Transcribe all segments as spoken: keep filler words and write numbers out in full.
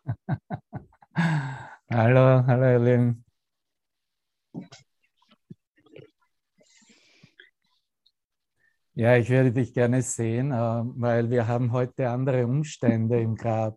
Hallo, hallo ihr Lieben. Ja, ich würde dich gerne sehen, äh, weil wir haben heute andere Umstände im Grab.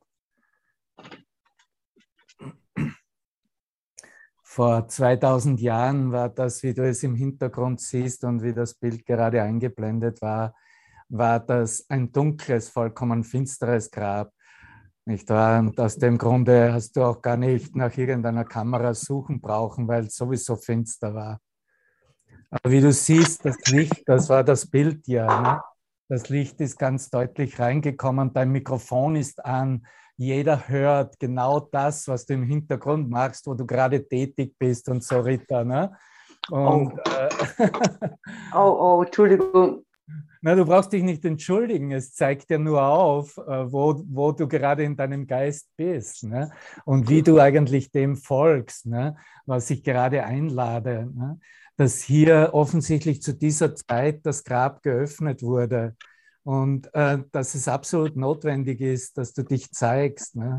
Vor zweitausend Jahren war das, wie du es im Hintergrund siehst und wie das Bild gerade eingeblendet war, war das ein dunkles, vollkommen finsteres Grab. Nicht wahr? Und aus dem Grunde hast du auch gar nicht nach irgendeiner Kamera suchen brauchen, weil es sowieso finster war. Aber wie du siehst, das Licht, das war das Bild ja. Ne? Das Licht ist ganz deutlich reingekommen, dein Mikrofon ist an, jeder hört genau das, was du im Hintergrund machst, wo du gerade tätig bist und so, Rita. Ne? Und Oh, äh, oh, oh, Entschuldigung. na, du brauchst dich nicht entschuldigen, es zeigt dir nur auf, äh, wo, wo du gerade in deinem Geist bist, ne? Und wie du eigentlich dem folgst, ne? Was ich gerade einlade, ne? Dass hier offensichtlich zu dieser Zeit das Grab geöffnet wurde und äh, dass es absolut notwendig ist, dass du dich zeigst. Ne?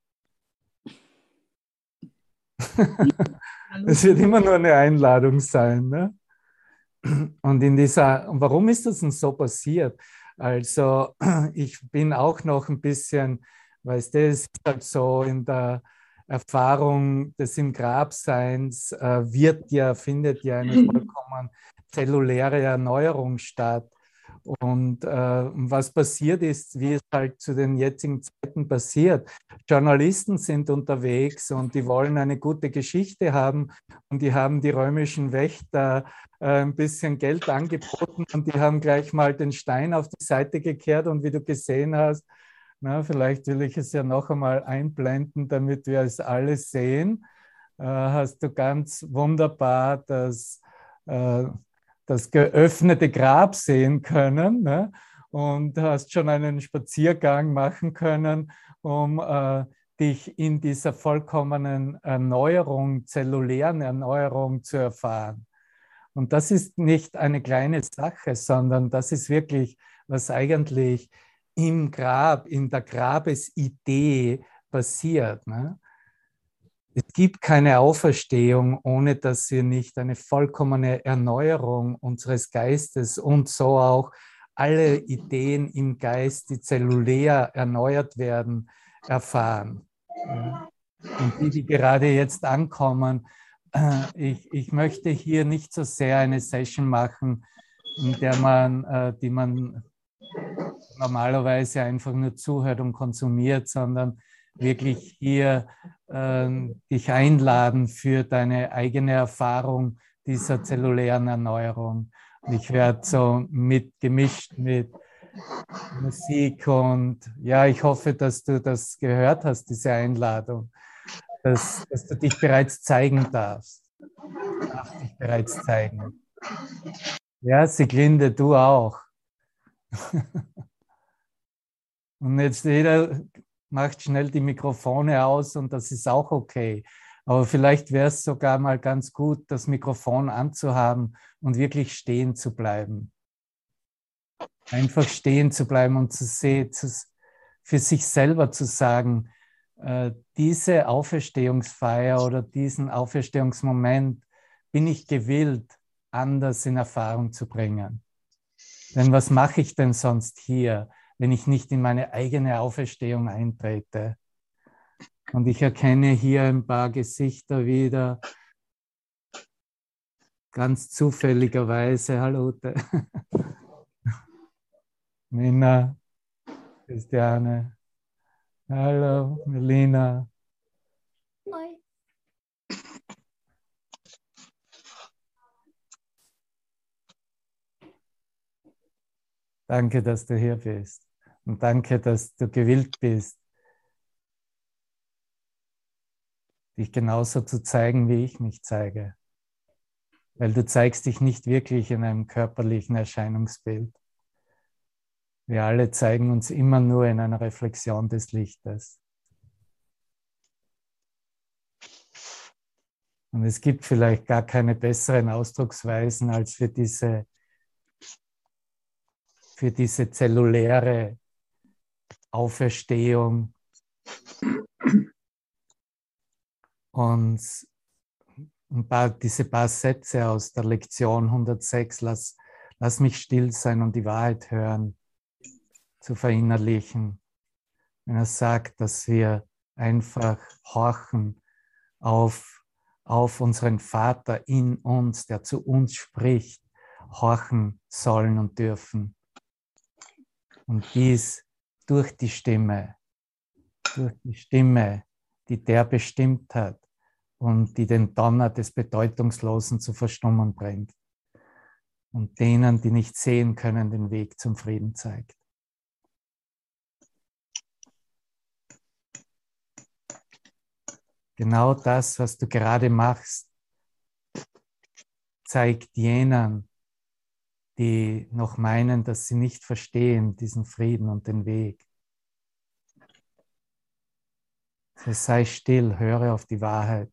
Es wird immer nur eine Einladung sein. Ne? Und in dieser, und warum ist das denn so passiert? Also, ich bin auch noch ein bisschen, weißt du, es ist halt so in der Erfahrung des Im Grabseins, äh, wird ja, findet ja eine vollkommen zelluläre Erneuerung statt. Und äh, was passiert ist, wie es halt zu den jetzigen Zeiten passiert. Journalisten sind unterwegs und die wollen eine gute Geschichte haben und die haben die römischen Wächter äh, ein bisschen Geld angeboten und die haben gleich mal den Stein auf die Seite gekehrt und wie du gesehen hast, na, vielleicht will ich es ja noch einmal einblenden, damit wir es alle sehen, äh, hast du ganz wunderbar das, äh, das geöffnete Grab sehen können, ne? Und hast schon einen Spaziergang machen können, um äh, dich in dieser vollkommenen Erneuerung, zellulären Erneuerung zu erfahren. Und das ist nicht eine kleine Sache, sondern das ist wirklich, was eigentlich im Grab, in der Grabesidee passiert. Ne? Es gibt keine Auferstehung, ohne dass wir nicht eine vollkommene Erneuerung unseres Geistes und so auch alle Ideen im Geist, die zellulär erneuert werden, erfahren. Ja. Und die, die gerade jetzt ankommen, äh, ich, ich möchte hier nicht so sehr eine Session machen, in der man, äh, die man normalerweise einfach nur zuhört und konsumiert, sondern wirklich hier äh, dich einladen für deine eigene Erfahrung dieser zellulären Erneuerung. Und ich werde so mit gemischt mit Musik und ja, ich hoffe, dass du das gehört hast, diese Einladung, dass, dass du dich bereits zeigen darfst. Du darfst dich bereits zeigen. Ja, Sieglinde, du auch. Und jetzt jeder macht schnell die Mikrofone aus und das ist auch okay. Aber vielleicht wäre es sogar mal ganz gut, das Mikrofon anzuhaben und wirklich stehen zu bleiben. Einfach stehen zu bleiben und zu sehen, zu, für sich selber zu sagen, äh, diese Auferstehungsfeier oder diesen Auferstehungsmoment bin ich gewillt, anders in Erfahrung zu bringen. Denn was mache ich denn sonst hier, wenn ich nicht in meine eigene Auferstehung eintrete? Und ich erkenne hier ein paar Gesichter wieder, ganz zufälligerweise. Hallo, Minna, Christiane. Hallo, Melina. Hi. Danke, dass du hier bist. Und danke, dass du gewillt bist, dich genauso zu zeigen, wie ich mich zeige. Weil du zeigst dich nicht wirklich in einem körperlichen Erscheinungsbild. Wir alle zeigen uns immer nur in einer Reflexion des Lichtes. Und es gibt vielleicht gar keine besseren Ausdrucksweisen als für diese, für diese zelluläre Auferstehung uns ein paar, diese paar Sätze aus der Lektion hundertsechs, lass, lass mich still sein und die Wahrheit hören, zu verinnerlichen. Wenn er sagt, dass wir einfach horchen auf, auf unseren Vater in uns, der zu uns spricht, horchen sollen und dürfen. Und dies durch die Stimme, durch die Stimme, die der bestimmt hat und die den Donner des Bedeutungslosen zu verstummen bringt und denen, die nicht sehen können, den Weg zum Frieden zeigt. Genau das, was du gerade machst, zeigt jenen, die noch meinen, dass sie nicht verstehen, diesen Frieden und den Weg. Sei still, höre auf die Wahrheit.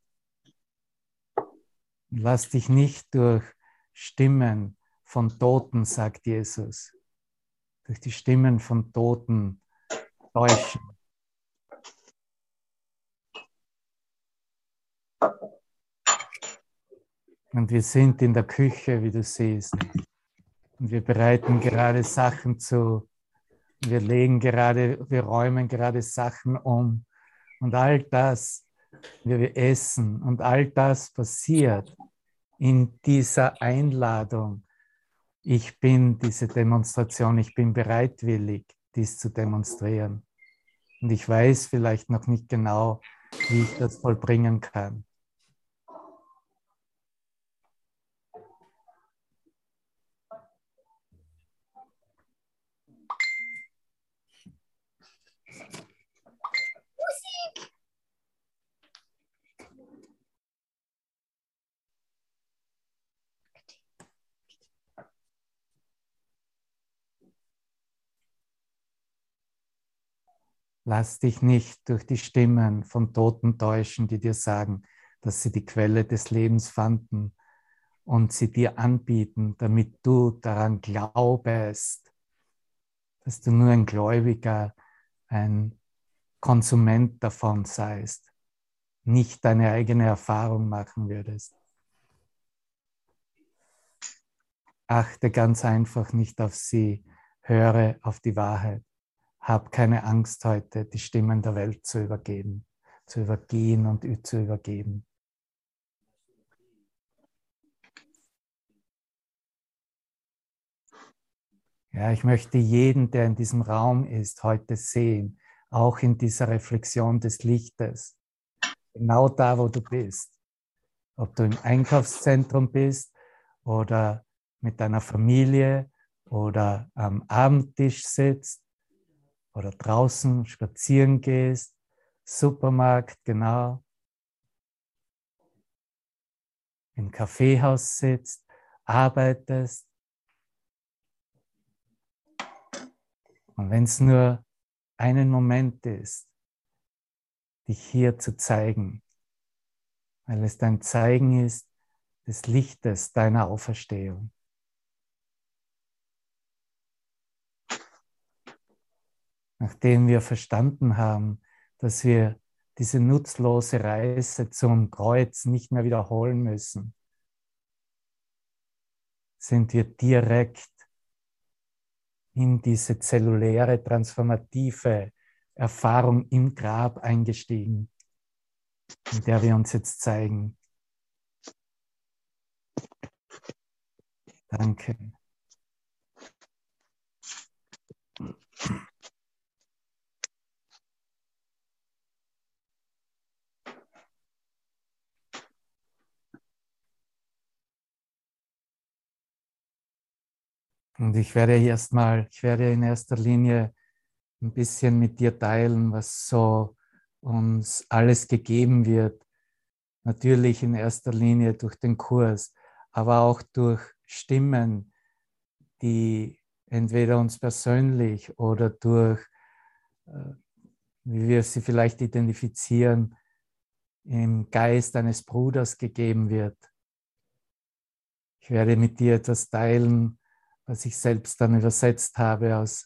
Lass dich nicht durch Stimmen von Toten, sagt Jesus, durch die Stimmen von Toten täuschen. Und wir sind in der Küche, wie du siehst. Und wir bereiten gerade Sachen zu. Wir legen gerade, wir räumen gerade Sachen um. Und all das, wie wir essen und all das passiert in dieser Einladung. Ich bin diese Demonstration, ich bin bereitwillig, dies zu demonstrieren. Und ich weiß vielleicht noch nicht genau, wie ich das vollbringen kann. Lass dich nicht durch die Stimmen von Toten täuschen, die dir sagen, dass sie die Quelle des Lebens fanden und sie dir anbieten, damit du daran glaubst, dass du nur ein Gläubiger, ein Konsument davon seist, nicht deine eigene Erfahrung machen würdest. Achte ganz einfach nicht auf sie, höre auf die Wahrheit. Hab keine Angst heute, die Stimmen der Welt zu übergeben, zu übergehen und zu übergeben. Ja, ich möchte jeden, der in diesem Raum ist, heute sehen, auch in dieser Reflexion des Lichtes, genau da, wo du bist. Ob du im Einkaufszentrum bist oder mit deiner Familie oder am Abendtisch sitzt oder draußen spazieren gehst, Supermarkt, genau, im Kaffeehaus sitzt, arbeitest. Und wenn es nur einen Moment ist, dich hier zu zeigen, weil es dein Zeigen ist des Lichtes deiner Auferstehung. Nachdem wir verstanden haben, dass wir diese nutzlose Reise zum Kreuz nicht mehr wiederholen müssen, sind wir direkt in diese zelluläre, transformative Erfahrung im Grab eingestiegen, in der wir uns jetzt zeigen. Danke. Und ich werde erstmal, ich werde in erster Linie ein bisschen mit dir teilen, was so uns alles gegeben wird. Natürlich in erster Linie durch den Kurs, aber auch durch Stimmen, die entweder uns persönlich oder durch, wie wir sie vielleicht identifizieren, im Geist eines Bruders gegeben wird. Ich werde mit dir etwas teilen, was ich selbst dann übersetzt habe aus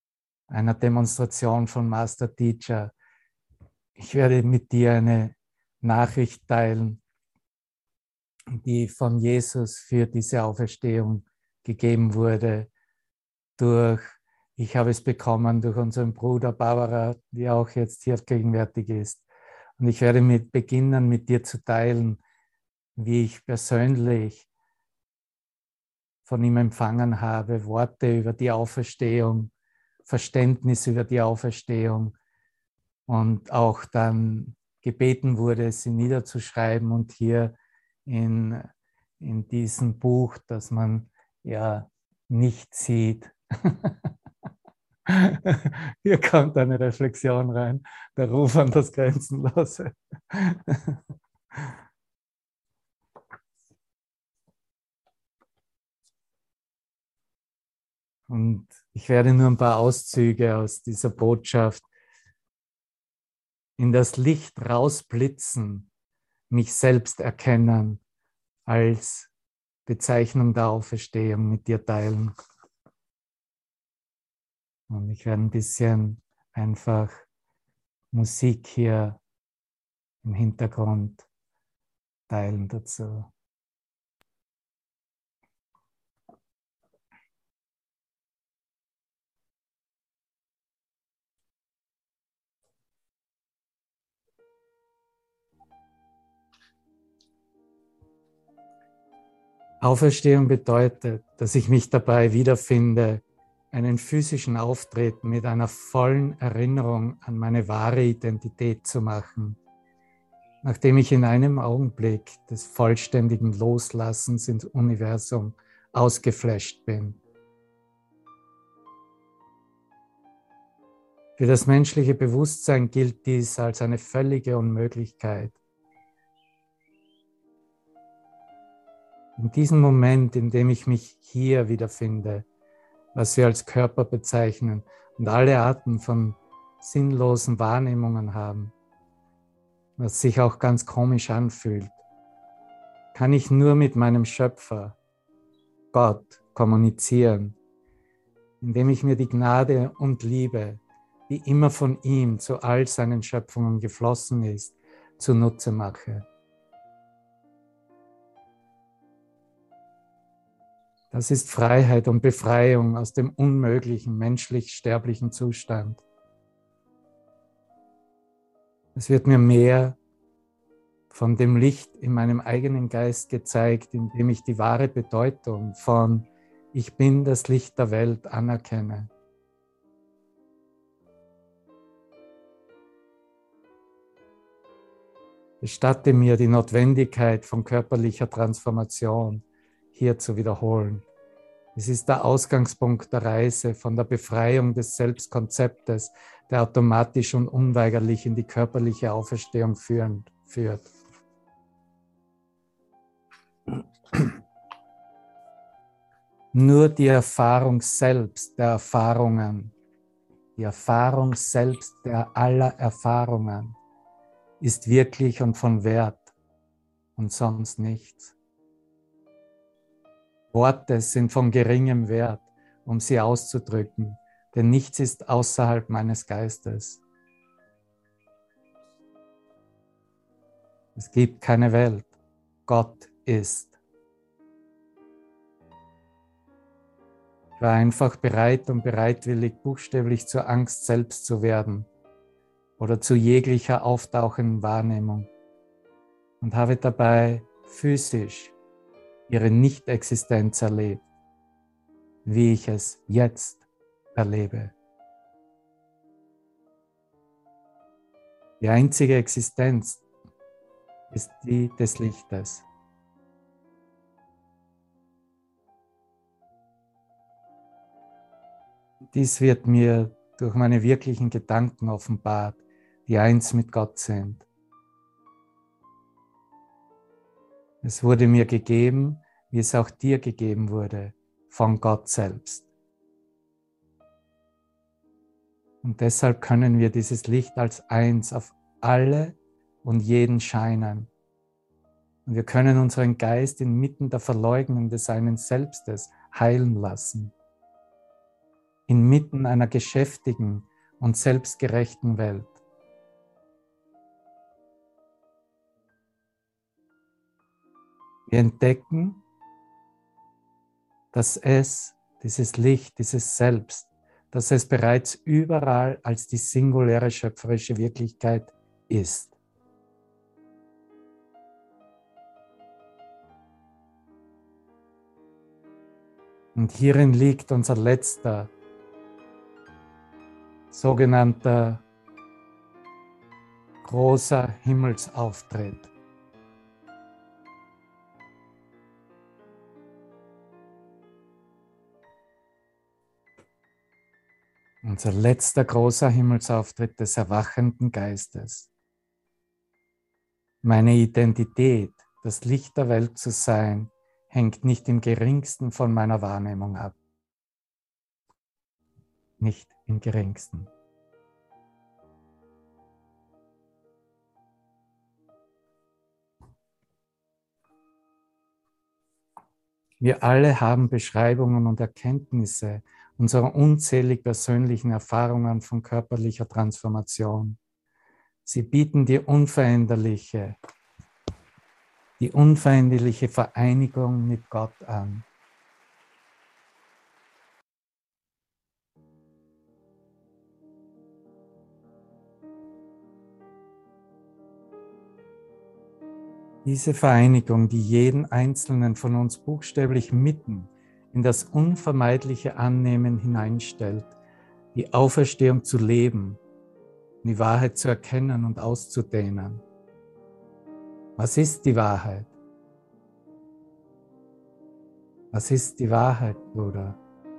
einer Demonstration von Master Teacher. Ich werde mit dir eine Nachricht teilen, die von Jesus für diese Auferstehung gegeben wurde. Durch, ich habe es bekommen durch unseren Bruder Barbara, die auch jetzt hier gegenwärtig ist. Und ich werde mit beginnen, mit dir zu teilen, wie ich persönlich von ihm empfangen habe, Worte über die Auferstehung, Verständnis über die Auferstehung und auch dann gebeten wurde, sie niederzuschreiben und hier in, in diesem Buch, das man ja nicht sieht. Hier kommt eine Reflexion rein, der Ruf an das Grenzenlose. Und ich werde nur ein paar Auszüge aus dieser Botschaft in das Licht rausblitzen, mich selbst erkennen als Bezeichnung der Auferstehung mit dir teilen. Und ich werde ein bisschen einfach Musik hier im Hintergrund teilen dazu. Auferstehung bedeutet, dass ich mich dabei wiederfinde, einen physischen Auftritt mit einer vollen Erinnerung an meine wahre Identität zu machen, nachdem ich in einem Augenblick des vollständigen Loslassens ins Universum ausgeflasht bin. Für das menschliche Bewusstsein gilt dies als eine völlige Unmöglichkeit. In diesem Moment, in dem ich mich hier wiederfinde, was wir als Körper bezeichnen und alle Arten von sinnlosen Wahrnehmungen haben, was sich auch ganz komisch anfühlt, kann ich nur mit meinem Schöpfer, Gott, kommunizieren, indem ich mir die Gnade und Liebe, die immer von ihm zu all seinen Schöpfungen geflossen ist, zunutze mache. Das ist Freiheit und Befreiung aus dem unmöglichen, menschlich-sterblichen Zustand. Es wird mir mehr von dem Licht in meinem eigenen Geist gezeigt, indem ich die wahre Bedeutung von Ich bin das Licht der Welt anerkenne. Gestatte mir die Notwendigkeit von körperlicher Transformation hier zu wiederholen. Es ist der Ausgangspunkt der Reise von der Befreiung des Selbstkonzeptes, der automatisch und unweigerlich in die körperliche Auferstehung führen, führt. Nur die Erfahrung selbst der Erfahrungen, die Erfahrung selbst der aller Erfahrungen ist wirklich und von Wert und sonst nichts. Worte sind von geringem Wert, um sie auszudrücken, denn nichts ist außerhalb meines Geistes. Es gibt keine Welt. Gott ist. Ich war einfach bereit und bereitwillig, buchstäblich zur Angst selbst zu werden oder zu jeglicher auftauchenden Wahrnehmung und habe dabei physisch ihre Nicht-Existenz erlebt, wie ich es jetzt erlebe. Die einzige Existenz ist die des Lichtes. Dies wird mir durch meine wirklichen Gedanken offenbart, die eins mit Gott sind. Es wurde mir gegeben, wie es auch dir gegeben wurde, von Gott selbst. Und deshalb können wir dieses Licht als eins auf alle und jeden scheinen. Und wir können unseren Geist inmitten der Verleugnung des einen Selbstes heilen lassen. Inmitten einer geschäftigen und selbstgerechten Welt. Wir entdecken, dass es, dieses Licht, dieses Selbst, dass es bereits überall als die singuläre schöpferische Wirklichkeit ist. Und hierin liegt unser letzter, sogenannter großer Himmelsauftritt. Unser letzter großer Himmelsauftritt des erwachenden Geistes. Meine Identität, das Licht der Welt zu sein, hängt nicht im geringsten von meiner Wahrnehmung ab. Nicht im geringsten. Wir alle haben Beschreibungen und Erkenntnisse unserer unzählig persönlichen Erfahrungen von körperlicher Transformation. Sie bieten die unveränderliche, die unveränderliche Vereinigung mit Gott an. Diese Vereinigung, die jeden Einzelnen von uns buchstäblich mitten in das unvermeidliche Annehmen hineinstellt, die Auferstehung zu leben, die Wahrheit zu erkennen und auszudehnen. Was ist die Wahrheit? Was ist die Wahrheit, Bruder?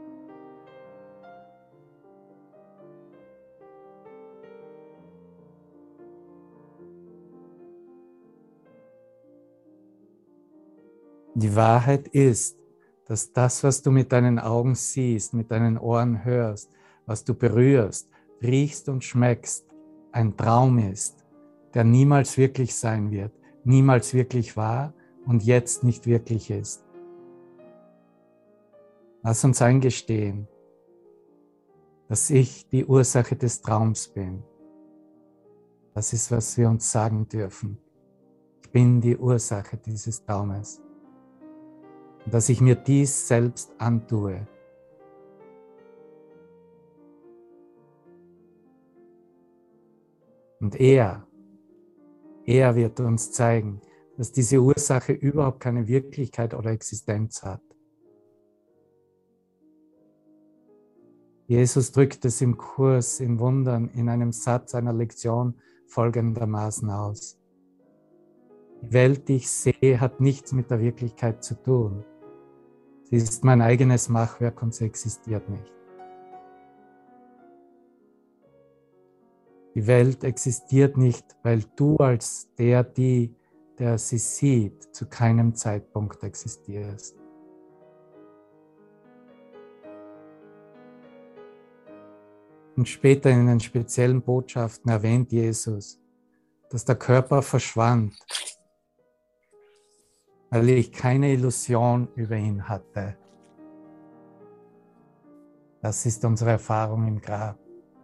Die Wahrheit ist, dass das, was du mit deinen Augen siehst, mit deinen Ohren hörst, was du berührst, riechst und schmeckst, ein Traum ist, der niemals wirklich sein wird, niemals wirklich war und jetzt nicht wirklich ist. Lass uns eingestehen, dass ich die Ursache des Traums bin. Das ist, was wir uns sagen dürfen. Ich bin die Ursache dieses Traumes. Und dass ich mir dies selbst antue. Und er, er wird uns zeigen, dass diese Ursache überhaupt keine Wirklichkeit oder Existenz hat. Jesus drückt es im Kurs in Wundern in einem Satz einer Lektion folgendermaßen aus. Die Welt, die ich sehe, hat nichts mit der Wirklichkeit zu tun. Sie ist mein eigenes Machwerk und sie existiert nicht. Die Welt existiert nicht, weil du als der, die, der sie sieht, zu keinem Zeitpunkt existierst. Und später in den speziellen Botschaften erwähnt Jesus, dass der Körper verschwand, weil ich keine Illusion über ihn hatte. Das ist unsere Erfahrung im Grab.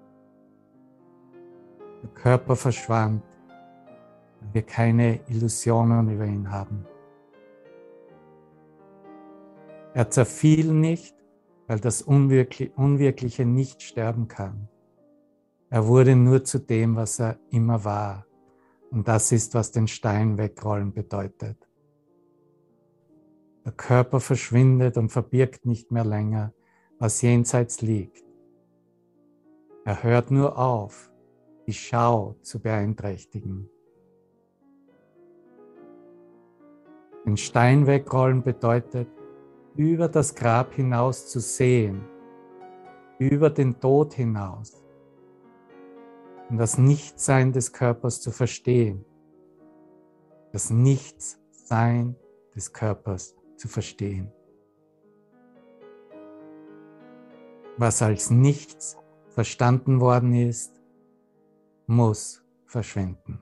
Der Körper verschwand, weil wir keine Illusionen über ihn haben. Er zerfiel nicht, weil das Unwirkliche nicht sterben kann. Er wurde nur zu dem, was er immer war. Und das ist, was den Stein wegrollen bedeutet. Der Körper verschwindet und verbirgt nicht mehr länger, was jenseits liegt. Er hört nur auf, die Schau zu beeinträchtigen. Den Stein wegrollen bedeutet, über das Grab hinaus zu sehen, über den Tod hinaus und das Nichtsein des Körpers zu verstehen, das Nichtsein des Körpers zu verstehen. Was als nichts verstanden worden ist, muss verschwinden.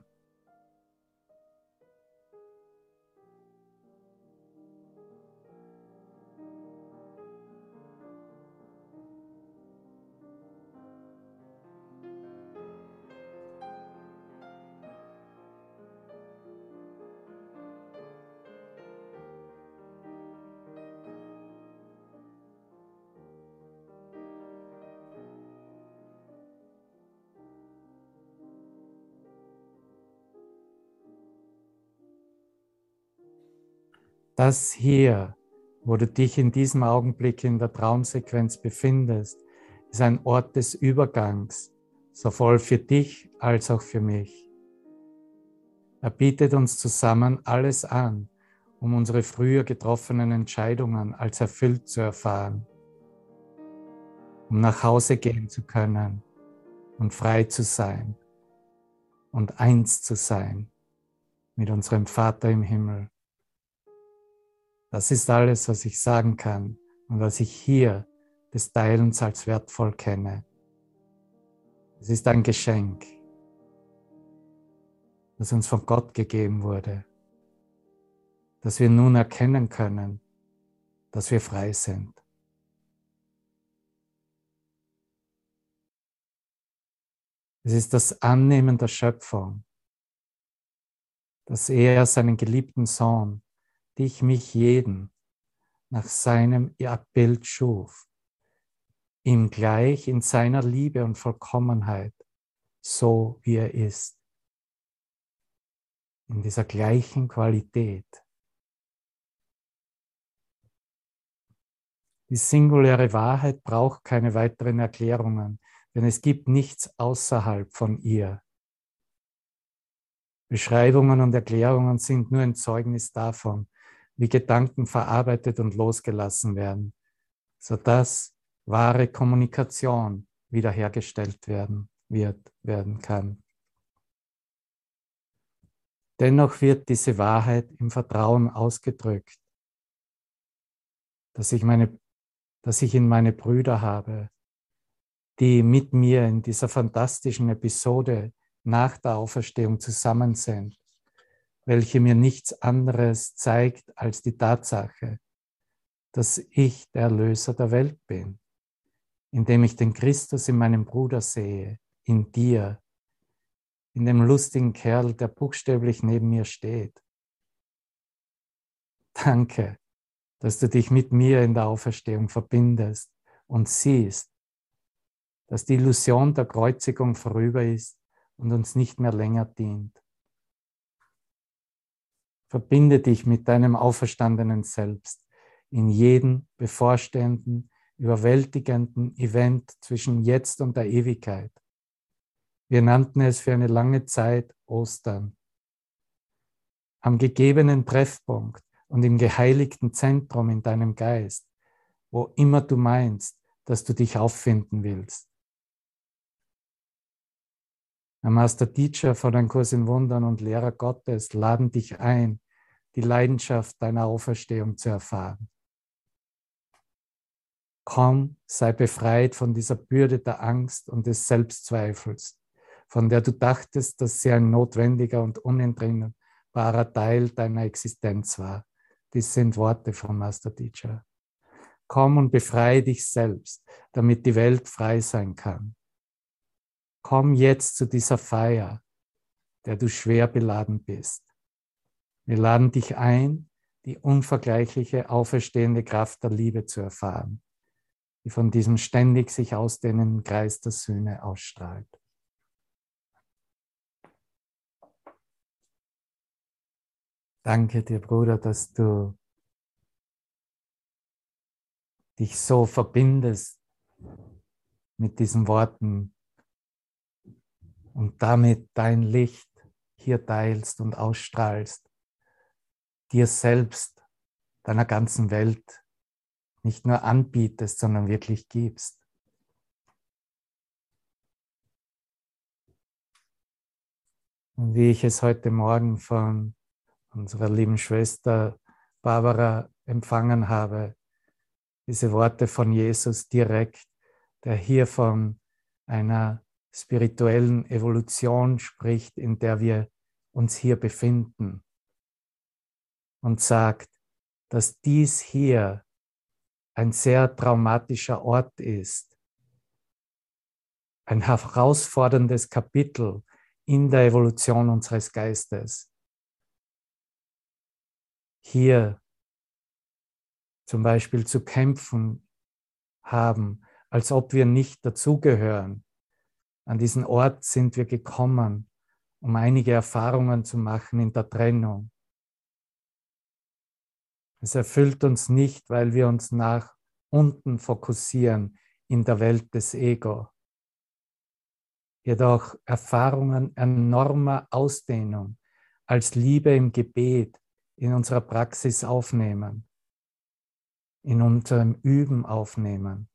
Das hier, wo du dich in diesem Augenblick in der Traumsequenz befindest, ist ein Ort des Übergangs, sowohl für dich als auch für mich. Er bietet uns zusammen alles an, um unsere früher getroffenen Entscheidungen als erfüllt zu erfahren, um nach Hause gehen zu können und frei zu sein und eins zu sein mit unserem Vater im Himmel. Das ist alles, was ich sagen kann und was ich hier des Teilens als wertvoll kenne. Es ist ein Geschenk, das uns von Gott gegeben wurde, dass wir nun erkennen können, dass wir frei sind. Es ist das Annehmen der Schöpfung, dass er seinen geliebten Sohn, dich, mich, jeden, nach seinem Abbild schuf, ihm gleich in seiner Liebe und Vollkommenheit, so wie er ist, in dieser gleichen Qualität. Die singuläre Wahrheit braucht keine weiteren Erklärungen, denn es gibt nichts außerhalb von ihr. Beschreibungen und Erklärungen sind nur ein Zeugnis davon, wie Gedanken verarbeitet und losgelassen werden, sodass wahre Kommunikation wiederhergestellt werden wird, werden kann. Dennoch wird diese Wahrheit im Vertrauen ausgedrückt, dass ich, meine, dass ich in meine Brüder habe, die mit mir in dieser fantastischen Episode nach der Auferstehung zusammen sind, welche mir nichts anderes zeigt als die Tatsache, dass ich der Erlöser der Welt bin, indem ich den Christus in meinem Bruder sehe, in dir, in dem lustigen Kerl, der buchstäblich neben mir steht. Danke, dass du dich mit mir in der Auferstehung verbindest und siehst, dass die Illusion der Kreuzigung vorüber ist und uns nicht mehr länger dient. Verbinde dich mit deinem auferstandenen Selbst in jedem bevorstehenden, überwältigenden Event zwischen jetzt und der Ewigkeit. Wir nannten es für eine lange Zeit Ostern. Am gegebenen Treffpunkt und im geheiligten Zentrum in deinem Geist, wo immer du meinst, dass du dich auffinden willst. Der Master Teacher von den Kurs in Wundern und Lehrer Gottes laden dich ein, die Leidenschaft deiner Auferstehung zu erfahren. Komm, sei befreit von dieser Bürde der Angst und des Selbstzweifels, von der du dachtest, dass sie ein notwendiger und unentrinnbarer Teil deiner Existenz war. Dies sind Worte von Master Teacher. Komm und befreie dich selbst, damit die Welt frei sein kann. Komm jetzt zu dieser Feier, der du schwer beladen bist. Wir laden dich ein, die unvergleichliche, auferstehende Kraft der Liebe zu erfahren, die von diesem ständig sich ausdehnenden Kreis der Sühne ausstrahlt. Danke dir, Bruder, dass du dich so verbindest mit diesen Worten und damit dein Licht hier teilst und ausstrahlst, dir selbst, deiner ganzen Welt nicht nur anbietest, sondern wirklich gibst. Und wie ich es heute Morgen von unserer lieben Schwester Barbara empfangen habe, diese Worte von Jesus direkt, der hier von einer spirituellen Evolution spricht, in der wir uns hier befinden und sagt, dass dies hier ein sehr traumatischer Ort ist, ein herausforderndes Kapitel in der Evolution unseres Geistes. Hier zum Beispiel zu kämpfen haben, als ob wir nicht dazugehören. An diesen Ort sind wir gekommen, um einige Erfahrungen zu machen in der Trennung. Es erfüllt uns nicht, weil wir uns nach unten fokussieren in der Welt des Ego. Jedoch Erfahrungen enormer Ausdehnung als Liebe im Gebet in unserer Praxis aufnehmen, in unserem Üben aufnehmen.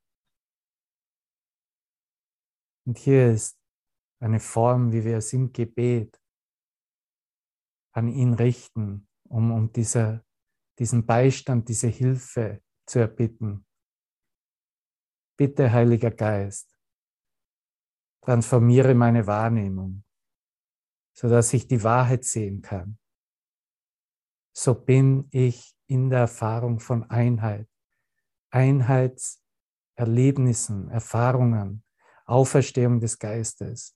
Und hier ist eine Form, wie wir es im Gebet an ihn richten, um, um diese, diesen Beistand, diese Hilfe zu erbitten. Bitte, Heiliger Geist, transformiere meine Wahrnehmung, sodass ich die Wahrheit sehen kann. So bin ich in der Erfahrung von Einheit, Einheitserlebnissen, Erfahrungen, Auferstehung des Geistes.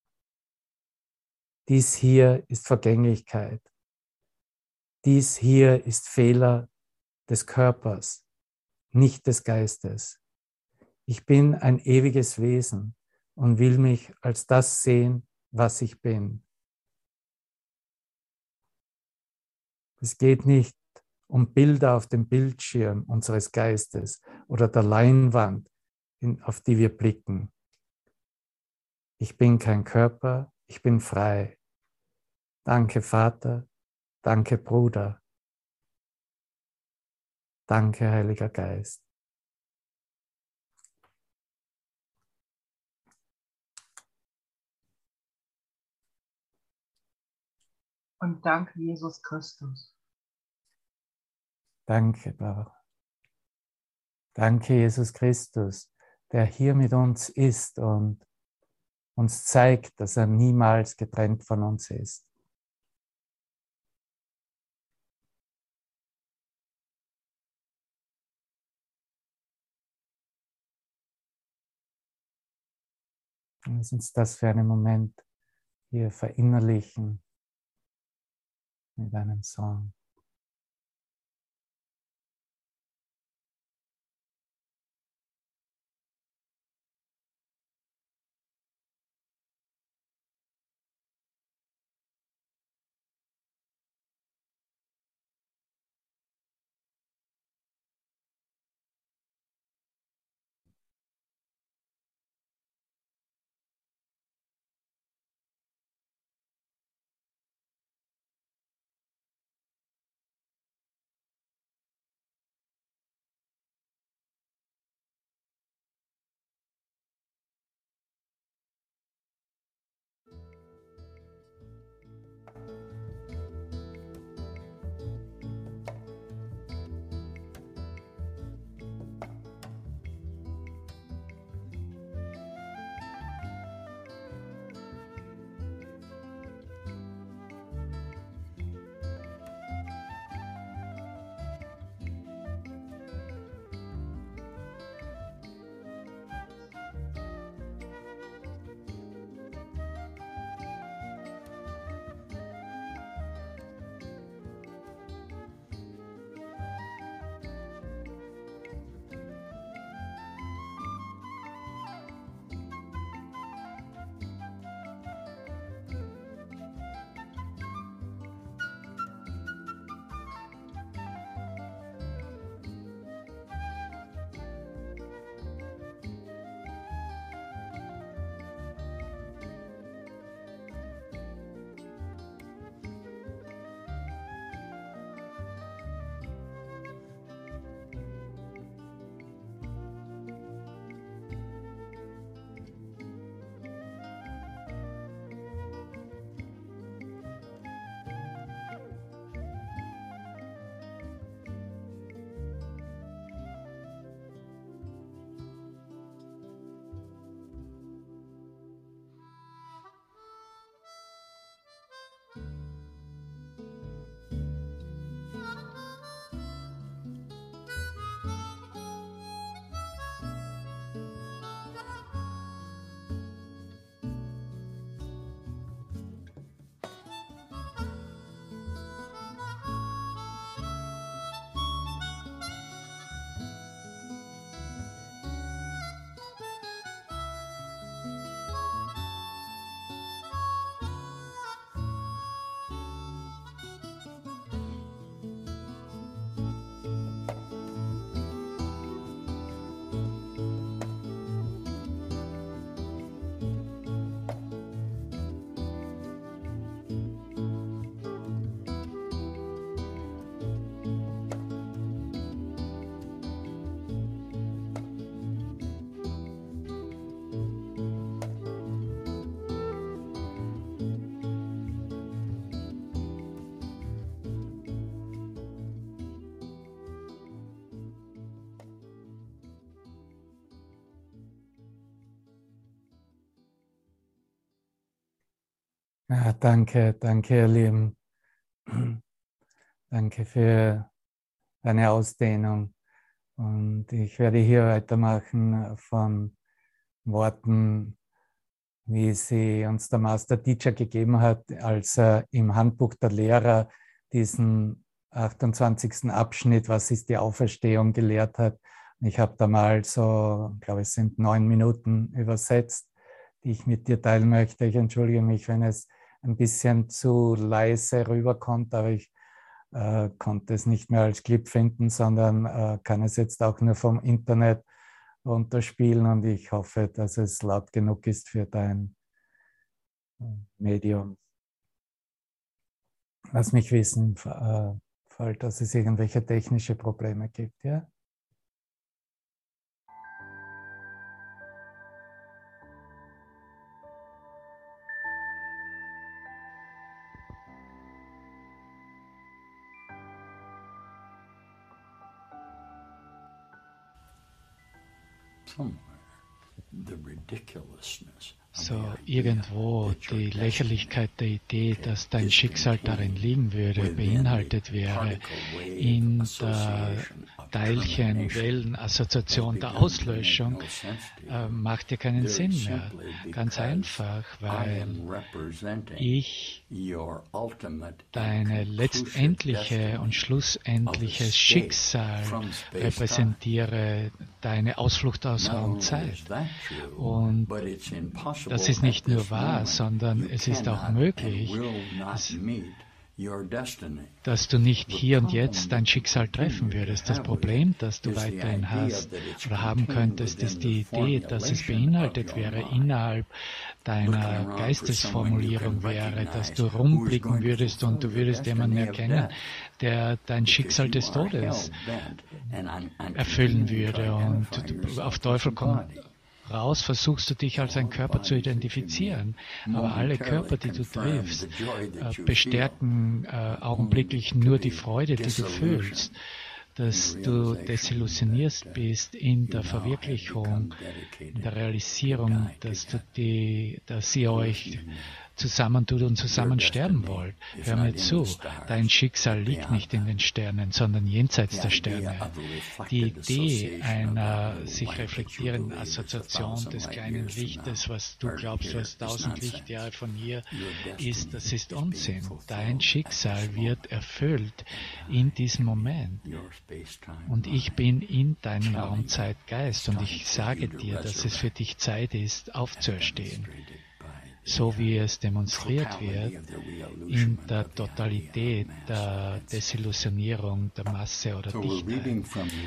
Dies hier ist Vergänglichkeit. Dies hier ist Fehler des Körpers, nicht des Geistes. Ich bin ein ewiges Wesen und will mich als das sehen, was ich bin. Es geht nicht um Bilder auf dem Bildschirm unseres Geistes oder der Leinwand, auf die wir blicken. Ich bin kein Körper, ich bin frei. Danke, Vater. Danke, Bruder. Danke, Heiliger Geist. Und danke, Jesus Christus. Danke, Baba. Danke, Jesus Christus, der hier mit uns ist und uns zeigt, dass er niemals getrennt von uns ist. Lass uns das für einen Moment hier verinnerlichen mit einem Song. Ja, danke, danke, ihr Lieben. Danke für deine Ausdehnung. Und ich werde hier weitermachen von Worten, wie sie uns der Master Teacher gegeben hat, als er im Handbuch der Lehrer diesen achtundzwanzigsten Abschnitt, was ist die Auferstehung, gelehrt hat. Ich habe da mal so, ich glaube, es sind neun Minuten übersetzt, die ich mit dir teilen möchte. Ich entschuldige mich, wenn es ein bisschen zu leise rüberkommt, aber ich äh, konnte es nicht mehr als Clip finden, sondern äh, kann es jetzt auch nur vom Internet runterspielen und ich hoffe, dass es laut genug ist für dein Medium. Lass mich wissen, im äh, Fall, dass es irgendwelche technische Probleme gibt, ja? So irgendwo die Lächerlichkeit der Idee, dass dein Schicksal darin liegen würde, beinhaltet wäre in der Teilchen-Wellen-Assoziation der Auslöschung, äh, macht dir keinen Sinn mehr. Ganz einfach, weil ich deine letztendliche und schlussendliches Schicksal repräsentiere, deine Ausflucht aus Raum Zeit. Und das ist nicht nur wahr, sondern es ist auch möglich, dass, dass du nicht hier und jetzt dein Schicksal treffen würdest. Das Problem, das du weiterhin hast oder haben könntest, ist die Idee, dass es beinhaltet wäre innerhalb deiner Geistesformulierung wäre, dass du rumblicken würdest und du würdest jemanden erkennen, der dein Schicksal des Todes erfüllen würde und auf Teufel komm raus versuchst du dich als ein Körper zu identifizieren, aber alle Körper, die du triffst, äh, bestärken äh, augenblicklich nur die Freude, die du fühlst, dass du desillusioniert bist in der Verwirklichung, in der Realisierung, dass du die, dass ihr euch zusammentut und zusammen sterben wollt. Hör mir zu, dein Schicksal liegt nicht in den Sternen, sondern jenseits der Sterne. Die Idee einer sich reflektierenden Assoziation des kleinen Lichtes, was du glaubst, was tausend Lichtjahre von hier ist, das ist Unsinn. Dein Schicksal wird erfüllt in diesem Moment. Und ich bin in deinem Raumzeitgeist und ich sage dir, dass es für dich Zeit ist, aufzuerstehen. So wie es demonstriert wird in der Totalität der Desillusionierung der Masse oder Dichtheit.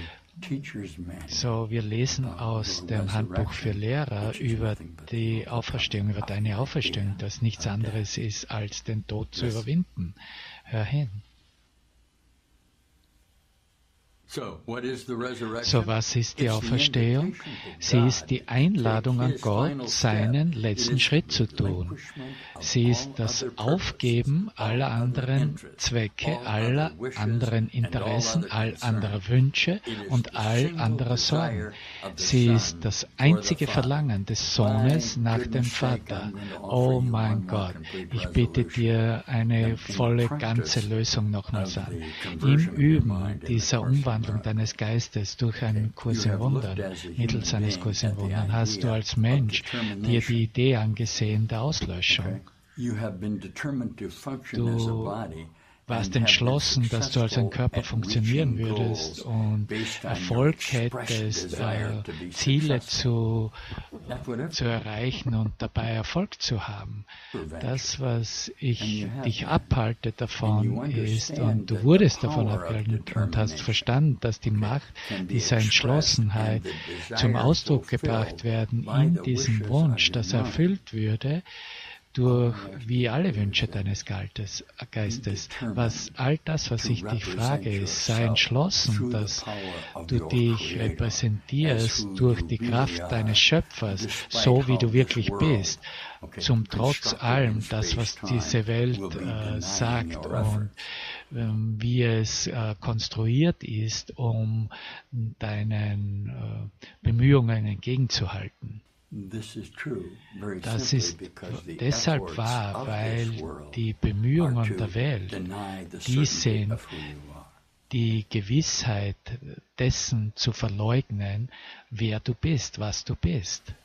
So, wir lesen aus dem Handbuch für Lehrer über die Auferstehung, über deine Auferstehung, das nichts anderes ist, als den Tod zu überwinden. Hör hin. So, was ist die Auferstehung? Sie ist die Einladung an Gott, seinen letzten Schritt zu tun. Sie ist das Aufgeben aller anderen Zwecke, aller anderen Interessen, all anderer Wünsche und all anderer Sorgen. Sie ist das einzige Verlangen des Sohnes nach dem Vater. Oh mein Gott, ich bitte dir eine volle, ganze Lösung nochmals an. Im Üben dieser Umwandlung deines Geistes durch einen Kurs in Wundern, mittels eines Kurs in Wundern, hast du als Mensch dir die Idee angesehen der Auslöschung. Du warst entschlossen, dass du als ein Körper funktionieren würdest und Erfolg hättest, äh, Ziele zu, zu erreichen und dabei Erfolg zu haben. Das, was ich dich abhalte davon ist, und du wurdest davon abgehalten und hast verstanden, dass die Macht dieser Entschlossenheit zum Ausdruck gebracht werden in diesem Wunsch, dass er erfüllt würde, durch wie alle Wünsche deines Geistes, was all das, was ich dich frage, ist, sei entschlossen, dass du dich repräsentierst durch die Kraft deines Schöpfers, so wie du wirklich bist, zum Trotz allem, das, was diese Welt äh, sagt und ähm, wie es äh, konstruiert ist, um deinen äh, Bemühungen entgegenzuhalten. Das ist deshalb wahr, weil die Bemühungen der Welt, die sind, die Gewissheit dessen zu verleugnen, wer du bist, was du bist.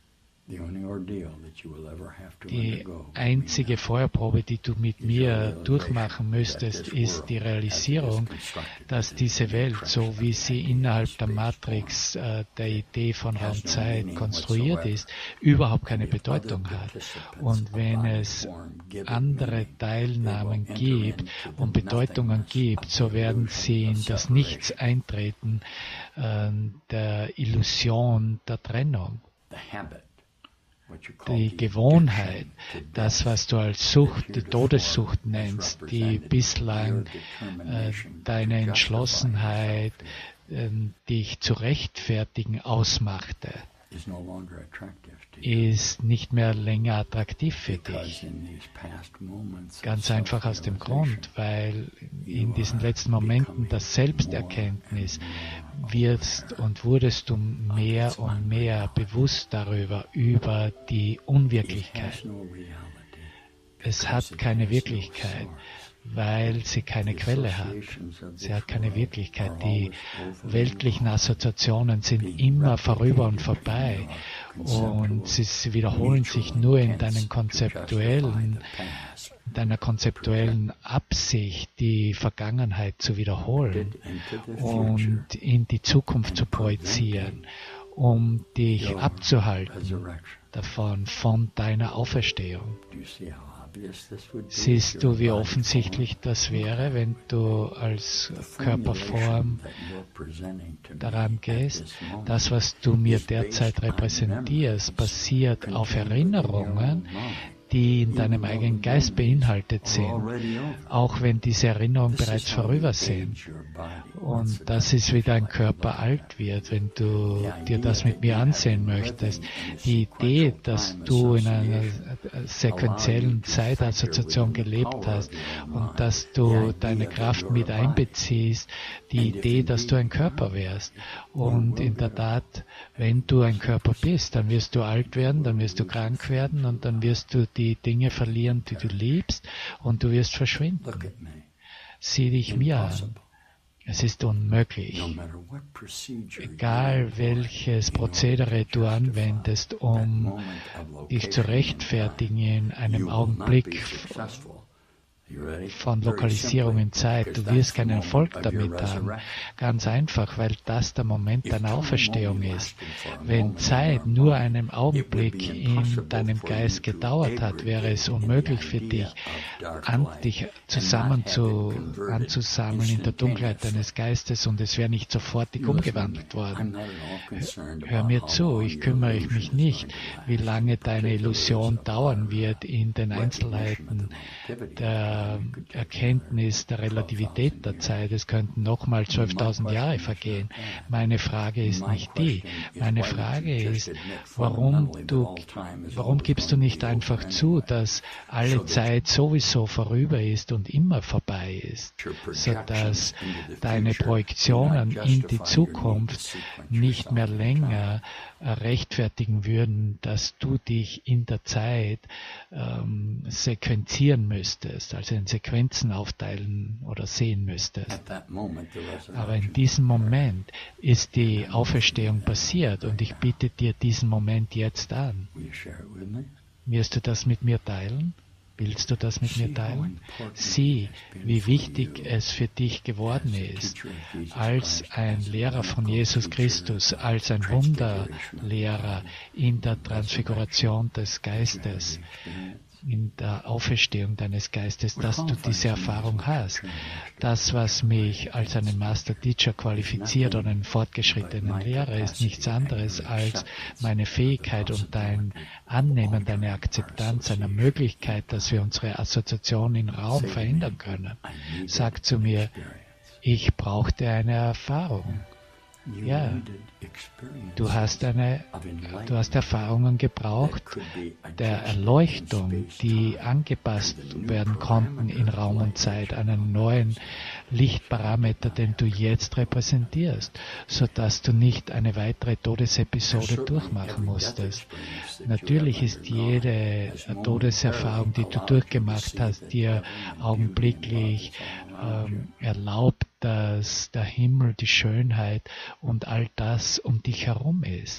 Die einzige Feuerprobe, die du mit mir durchmachen müsstest, ist die Realisierung, dass diese Welt, so wie sie innerhalb der Matrix äh, der Idee von Raum-Zeit konstruiert ist, überhaupt keine Bedeutung hat. Und wenn es andere Teilnahmen gibt und Bedeutungen gibt, so werden sie in das Nichts eintreten äh, der Illusion der Trennung. Die Gewohnheit, das, was du als Sucht, die Todessucht nennst, die bislang äh, deine Entschlossenheit, äh, dich zu rechtfertigen, ausmachte, ist nicht mehr länger attraktiv für dich. Ganz einfach aus dem Grund, weil in diesen letzten Momenten der Selbsterkenntnis wirst und wurdest du mehr und mehr bewusst darüber, über die Unwirklichkeit. Es hat keine Wirklichkeit, weil sie keine Quelle hat. Sie hat keine Wirklichkeit. Die weltlichen Assoziationen sind immer vorüber und vorbei und sie, sie wiederholen sich nur in deinen konzeptuellen, deiner konzeptuellen Absicht, die Vergangenheit zu wiederholen und in die Zukunft zu projizieren, um dich abzuhalten davon, von deiner Auferstehung. Siehst du, wie offensichtlich das wäre, wenn du als Körperform daran gehst? Das, was du mir derzeit repräsentierst, basiert auf Erinnerungen, die in deinem eigenen Geist beinhaltet sind, auch wenn diese Erinnerungen bereits vorüber sind. Und das ist, wie dein Körper alt wird, wenn du dir das mit mir ansehen möchtest. Die Idee, dass du in einer sequenziellen Zeitassoziation gelebt hast und dass du deine Kraft mit einbeziehst, die Idee, dass du ein Körper wärst. Und in der Tat, wenn du ein Körper bist, dann wirst du alt werden, dann wirst du krank werden und dann wirst du die Dinge verlieren, die du liebst, und du wirst verschwinden. Sieh dich mir an. Es ist unmöglich. Egal welches Prozedere du anwendest, um dich zu rechtfertigen in einem Augenblick von Lokalisierung in Zeit. Du wirst keinen Erfolg damit haben. Ganz einfach, weil das der Moment deiner Auferstehung ist. Wenn Zeit nur einen Augenblick in deinem Geist gedauert hat, wäre es unmöglich für dich, an dich zusammen zu, anzusammeln in der Dunkelheit deines Geistes, und es wäre nicht sofortig umgewandelt worden. Hör mir zu, ich kümmere mich nicht, wie lange deine Illusion dauern wird in den Einzelheiten der Erkenntnis der Relativität der Zeit. Es könnten nochmal zwölftausend Jahre vergehen. Meine Frage ist nicht die. Meine Frage ist, warum du, warum gibst du nicht einfach zu, dass alle Zeit sowieso vorüber ist und immer vorbei ist, sodass deine Projektionen in die Zukunft nicht mehr länger rechtfertigen würden, dass du dich in der Zeit ähm, sequenzieren müsstest, also in Sequenzen aufteilen oder sehen müsstest. Aber in diesem Moment ist die Auferstehung passiert, und ich biete dir diesen Moment jetzt an. Wirst du das mit mir teilen? Willst du das mit mir teilen? Sieh, wie wichtig es für dich geworden ist, als ein Lehrer von Jesus Christus, als ein Wunderlehrer in der Transfiguration des Geistes, in der Auferstehung deines Geistes, dass du diese Erfahrung hast. Das, was mich als einen Master Teacher qualifiziert oder einen fortgeschrittenen Lehrer, ist nichts anderes als meine Fähigkeit und dein Annehmen, deine Akzeptanz einer Möglichkeit, dass wir unsere Assoziation in Raum verändern können. Sag zu mir, ich brauchte eine Erfahrung. Ja, du hast eine, du hast Erfahrungen gebraucht der Erleuchtung, die angepasst werden konnten in Raum und Zeit, einen neuen Lichtparameter, den du jetzt repräsentierst, sodass du nicht eine weitere Todesepisode durchmachen musstest. Natürlich ist jede Todeserfahrung, die du durchgemacht hast, dir augenblicklich ähm, erlaubt, dass der Himmel, die Schönheit und all das um dich herum ist.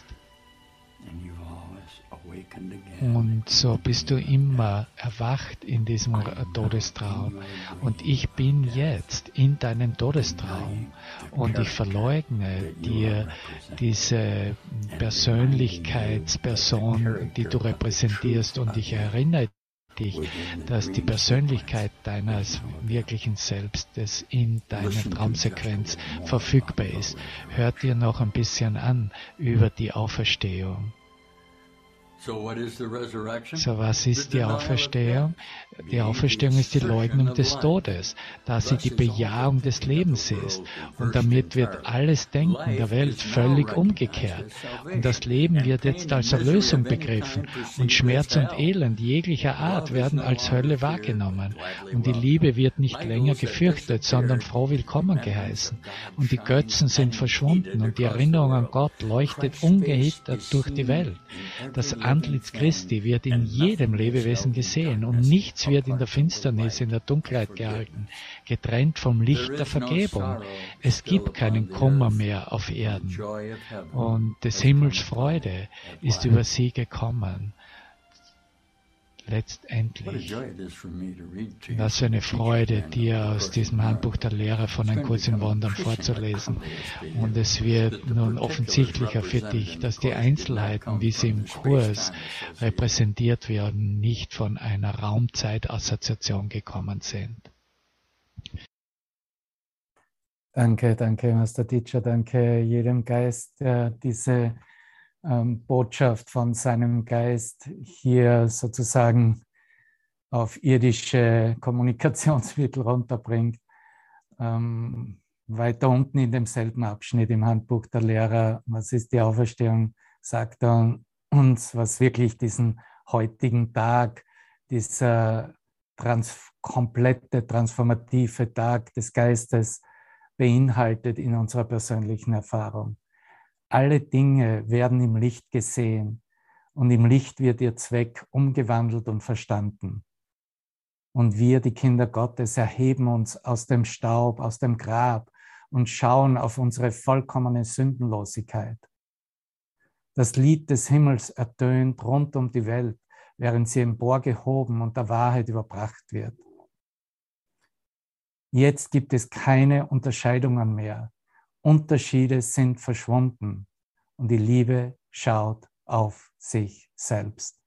Und so bist du immer erwacht in diesem Todestraum. Und ich bin jetzt in deinem Todestraum. Und ich verleugne dir diese Persönlichkeitsperson, die du repräsentierst. Und ich erinnere dich, dass die Persönlichkeit deines wirklichen Selbstes in deiner Traumsequenz verfügbar ist. Hört dir noch ein bisschen an über die Auferstehung. So was ist die Auferstehung? Die Auferstehung ist die Leugnung des Todes, da sie die Bejahung des Lebens ist. Und damit wird alles Denken der Welt völlig umgekehrt. Und das Leben wird jetzt als Erlösung begriffen. Und Schmerz und Elend jeglicher Art werden als Hölle wahrgenommen. Und die Liebe wird nicht länger gefürchtet, sondern froh willkommen geheißen. Und die Götzen sind verschwunden und die Erinnerung an Gott leuchtet ungehindert durch die Welt. Das Antlitz Christi wird in jedem Lebewesen gesehen und nichts wird in der Finsternis, in der Dunkelheit gehalten, getrennt vom Licht der Vergebung. Es gibt keinen Kummer mehr auf Erden und des Himmels Freude ist über sie gekommen. Letztendlich. Was für eine Freude, dir aus diesem Handbuch der Lehre von Ein Kurs in Wundern vorzulesen. Und es wird nun offensichtlicher für dich, dass die Einzelheiten, wie sie im Kurs repräsentiert werden, nicht von einer Raumzeitassoziation gekommen sind. Danke, danke, Master Teacher, danke jedem Geist, der diese ähm, Botschaft von seinem Geist hier sozusagen auf irdische Kommunikationsmittel runterbringt. Ähm, weiter unten in demselben Abschnitt im Handbuch der Lehrer, was ist die Auferstehung, sagt er uns, was wirklich diesen heutigen Tag, dieser trans komplette transformative Tag des Geistes beinhaltet in unserer persönlichen Erfahrung. Alle Dinge werden im Licht gesehen und im Licht wird ihr Zweck umgewandelt und verstanden. Und wir, die Kinder Gottes, erheben uns aus dem Staub, aus dem Grab und schauen auf unsere vollkommene Sündenlosigkeit. Das Lied des Himmels ertönt rund um die Welt, während sie emporgehoben und der Wahrheit überbracht wird. Jetzt gibt es keine Unterscheidungen mehr. Unterschiede sind verschwunden und die Liebe schaut auf sich selbst.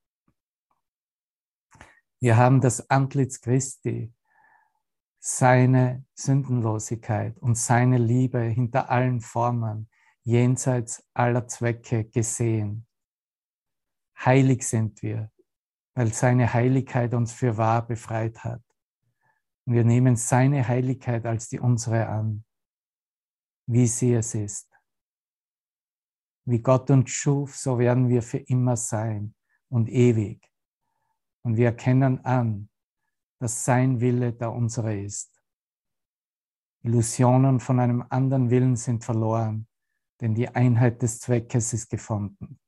Wir haben das Antlitz Christi, seine Sündenlosigkeit und seine Liebe hinter allen Formen, jenseits aller Zwecke gesehen. Heilig sind wir, weil seine Heiligkeit uns für wahr befreit hat. Und wir nehmen seine Heiligkeit als die unsere an, wie sie es ist. Wie Gott uns schuf, so werden wir für immer sein und ewig. Und wir erkennen an, dass sein Wille der unsere ist. Illusionen von einem anderen Willen sind verloren, denn die Einheit des Zweckes ist gefunden.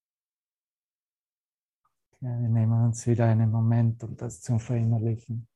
Ja, wir nehmen uns wieder einen Moment, um das zu verinnerlichen.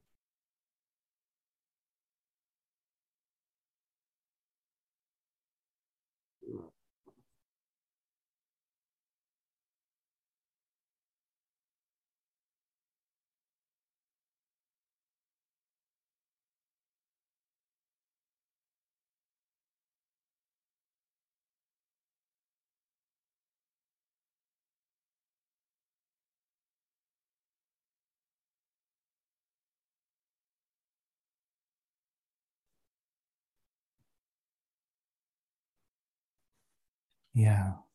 Ja.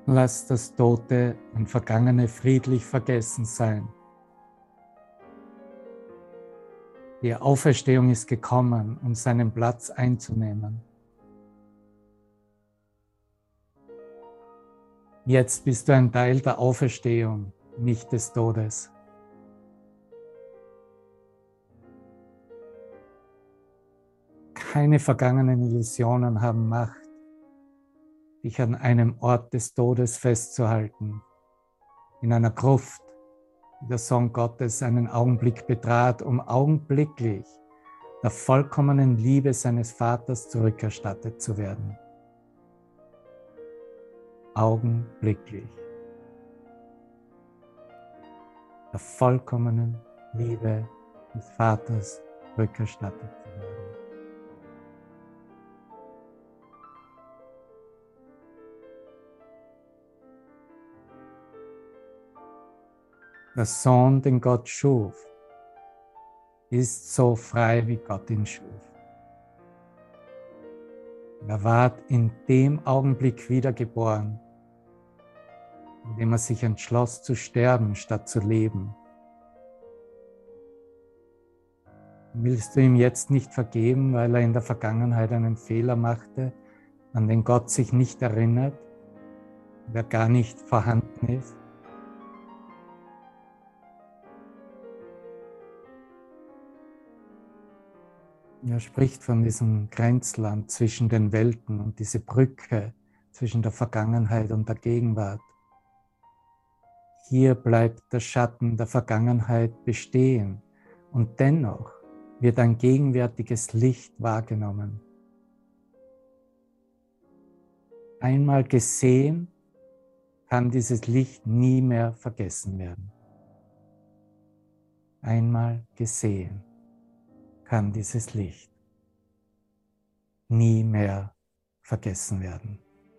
Lass das Tote und Vergangene friedlich vergessen sein. Die Auferstehung ist gekommen, um seinen Platz einzunehmen. Jetzt bist du ein Teil der Auferstehung, nicht des Todes. Keine vergangenen Illusionen haben Macht, dich an einem Ort des Todes festzuhalten, in einer Gruft, wie der Sohn Gottes einen Augenblick betrat, um augenblicklich der vollkommenen Liebe seines Vaters zurückerstattet zu werden. Augenblicklich. Der vollkommenen Liebe des Vaters zurückerstattet zu werden. Der Sohn, den Gott schuf, ist so frei, wie Gott ihn schuf. Er ward in dem Augenblick wiedergeboren, in dem er sich entschloss zu sterben, statt zu leben. Willst du ihm jetzt nicht vergeben, weil er in der Vergangenheit einen Fehler machte, an den Gott sich nicht erinnert, der gar nicht vorhanden ist? Er spricht von diesem Grenzland zwischen den Welten und diese Brücke zwischen der Vergangenheit und der Gegenwart. Hier bleibt der Schatten der Vergangenheit bestehen und dennoch wird ein gegenwärtiges Licht wahrgenommen. Einmal gesehen, kann dieses Licht nie mehr vergessen werden. Einmal gesehen kann dieses Licht nie mehr vergessen werden.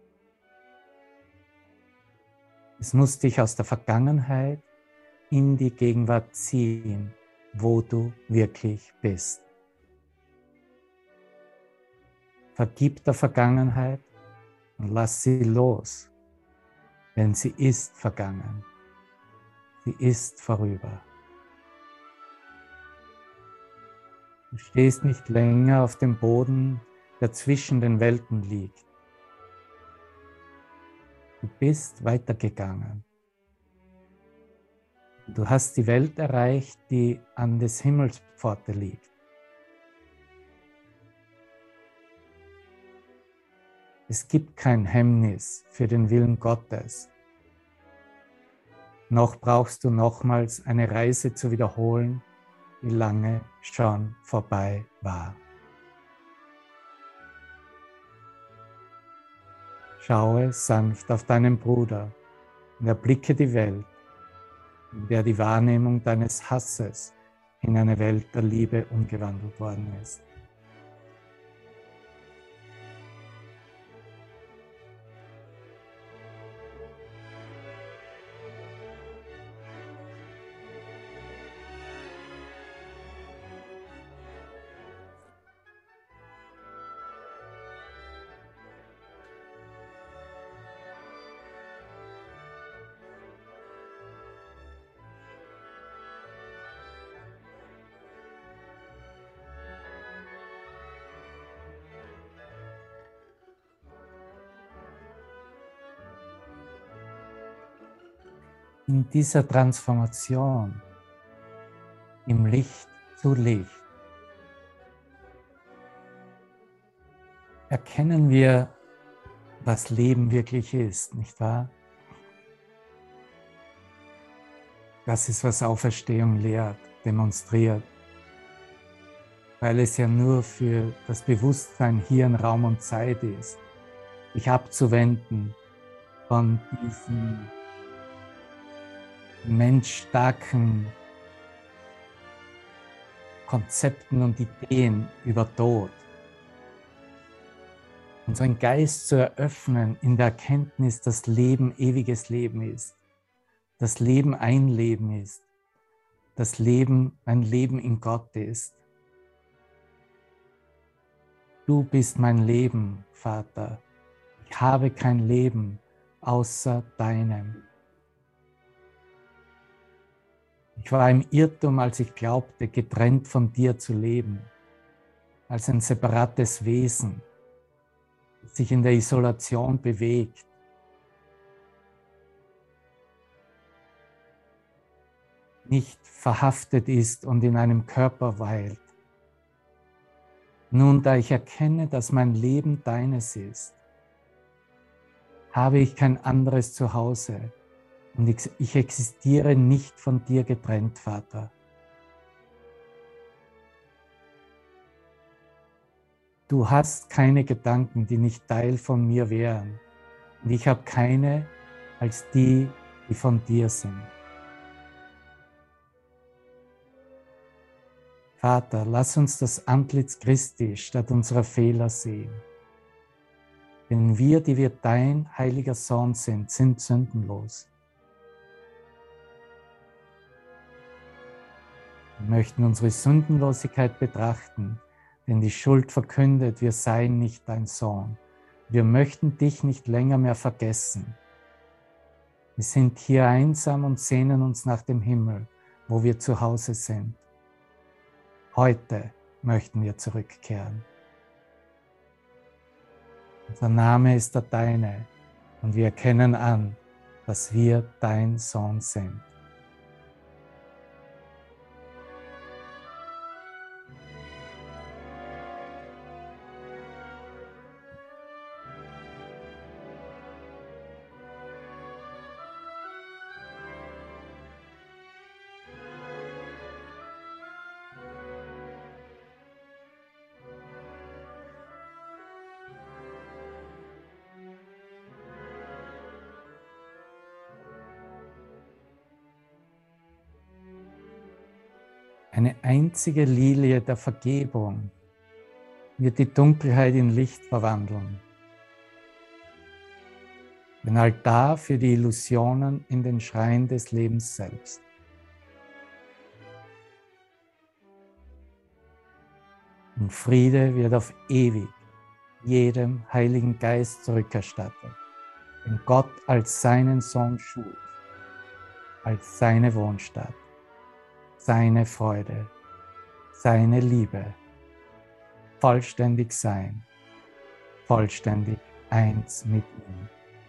Es muss dich aus der Vergangenheit in die Gegenwart ziehen, wo du wirklich bist. Vergib der Vergangenheit und lass sie los, denn sie ist vergangen. Sie ist vorüber. Du stehst nicht länger auf dem Boden, der zwischen den Welten liegt. Du bist weitergegangen. Du hast die Welt erreicht, die an des Himmels Pforte liegt. Es gibt kein Hemmnis für den Willen Gottes. Noch brauchst du nochmals eine Reise zu wiederholen, die lange schon vorbei war. Schaue sanft auf deinen Bruder und erblicke die Welt, in der die Wahrnehmung deines Hasses in eine Welt der Liebe umgewandelt worden ist. In dieser Transformation, im Licht zu Licht, erkennen wir, was Leben wirklich ist, nicht wahr? Das ist, was Auferstehung lehrt, demonstriert, weil es ja nur für das Bewusstsein hier in Raum und Zeit ist, sich abzuwenden von diesen menschstarken Konzepten und Ideen über Tod. Unseren Geist zu eröffnen in der Erkenntnis, dass Leben ewiges Leben ist, dass Leben ein Leben ist, dass Leben ein Leben in Gott ist. Du bist mein Leben, Vater. Ich habe kein Leben außer deinem. Ich war im Irrtum, als ich glaubte, getrennt von dir zu leben, als ein separates Wesen, das sich in der Isolation bewegt. Nicht verhaftet ist und in einem Körper weilt. Nun, da ich erkenne, dass mein Leben deines ist, habe ich kein anderes Zuhause und ich, ich existiere nicht von dir getrennt, Vater. Du hast keine Gedanken, die nicht Teil von mir wären, und ich habe keine als die, die von dir sind. Vater, lass uns das Antlitz Christi statt unserer Fehler sehen. Denn wir, die wir dein heiliger Sohn sind, sind sündenlos. Wir möchten unsere Sündenlosigkeit betrachten, denn die Schuld verkündet, wir seien nicht dein Sohn. Wir möchten dich nicht länger mehr vergessen. Wir sind hier einsam und sehnen uns nach dem Himmel, wo wir zu Hause sind. Heute möchten wir zurückkehren. Unser Name ist der Deine und wir erkennen an, dass wir dein Sohn sind. Eine einzige Lilie der Vergebung wird die Dunkelheit in Licht verwandeln. Ein Altar für die Illusionen in den Schrein des Lebens selbst. Und Friede wird auf ewig jedem Heiligen Geist zurückerstattet, den Gott als seinen Sohn schuf, als seine Wohnstatt. Seine Freude, seine Liebe, vollständig sein, vollständig eins mit ihm.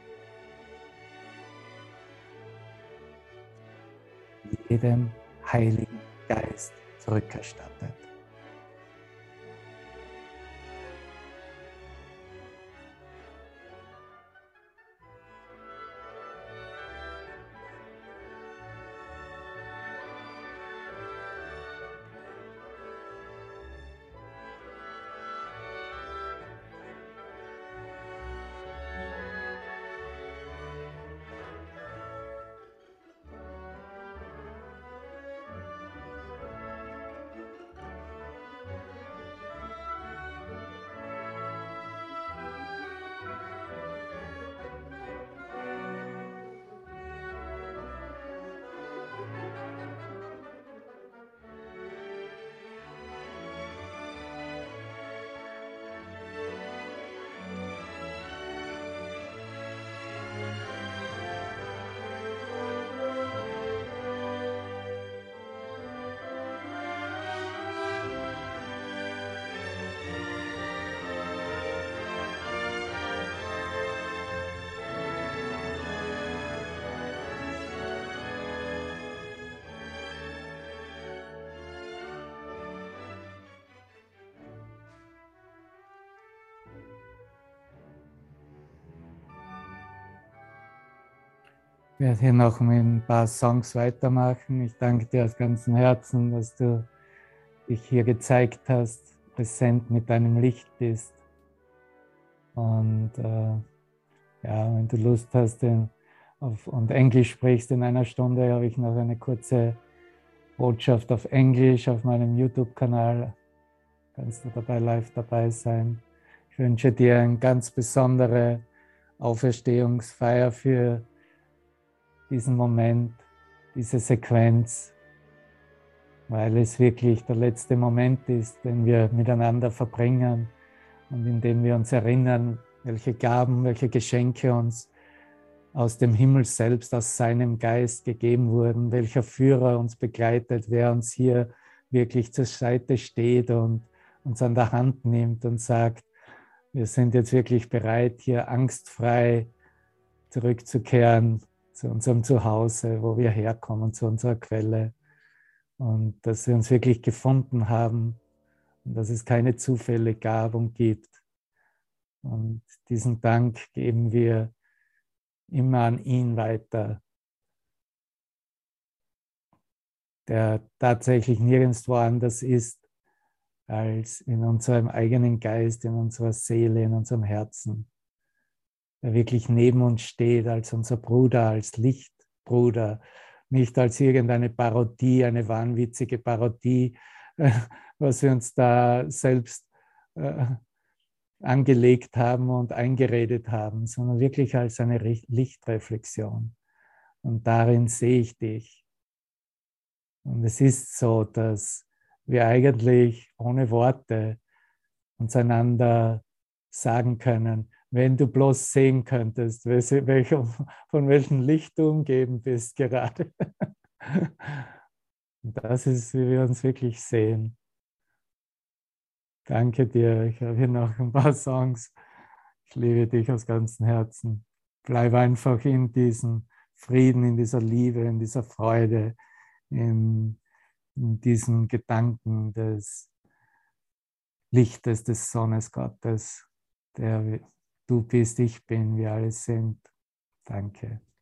Jedem Heiligen Geist zurückerstattet. Ich werde hier noch mit ein paar Songs weitermachen. Ich danke dir aus ganzem Herzen, dass du dich hier gezeigt hast, präsent mit deinem Licht bist. Und äh, ja, wenn du Lust hast den, auf, und Englisch sprichst in einer Stunde, habe ich noch eine kurze Botschaft auf Englisch auf meinem YouTube-Kanal. Kannst du dabei live dabei sein. Ich wünsche dir eine ganz besondere Auferstehungsfeier für diesen Moment, diese Sequenz, weil es wirklich der letzte Moment ist, den wir miteinander verbringen und in dem wir uns erinnern, welche Gaben, welche Geschenke uns aus dem Himmel selbst, aus seinem Geist gegeben wurden, welcher Führer uns begleitet, wer uns hier wirklich zur Seite steht und uns an der Hand nimmt und sagt, wir sind jetzt wirklich bereit, hier angstfrei zurückzukehren zu unserem Zuhause, wo wir herkommen, zu unserer Quelle. Und dass wir uns wirklich gefunden haben und dass es keine Zufälle gab und gibt. Und diesen Dank geben wir immer an ihn weiter, der tatsächlich nirgendwo anders ist als in unserem eigenen Geist, in unserer Seele, in unserem Herzen, der wirklich neben uns steht als unser Bruder, als Lichtbruder, nicht als irgendeine Parodie, eine wahnwitzige Parodie, was wir uns da selbst äh, angelegt haben und eingeredet haben, sondern wirklich als eine Lichtreflexion. Und darin sehe ich dich. Und es ist so, dass wir eigentlich ohne Worte uns einander sagen können, wenn du bloß sehen könntest, welche, von welchem Licht du umgeben bist gerade. Und das ist, wie wir uns wirklich sehen. Danke dir. Ich habe hier noch ein paar Songs. Ich liebe dich aus ganzem Herzen. Bleib einfach in diesem Frieden, in dieser Liebe, in dieser Freude, in, in diesen Gedanken des Lichtes, des Sohnes Gottes, der du bist, ich bin, wir alle sind. Danke.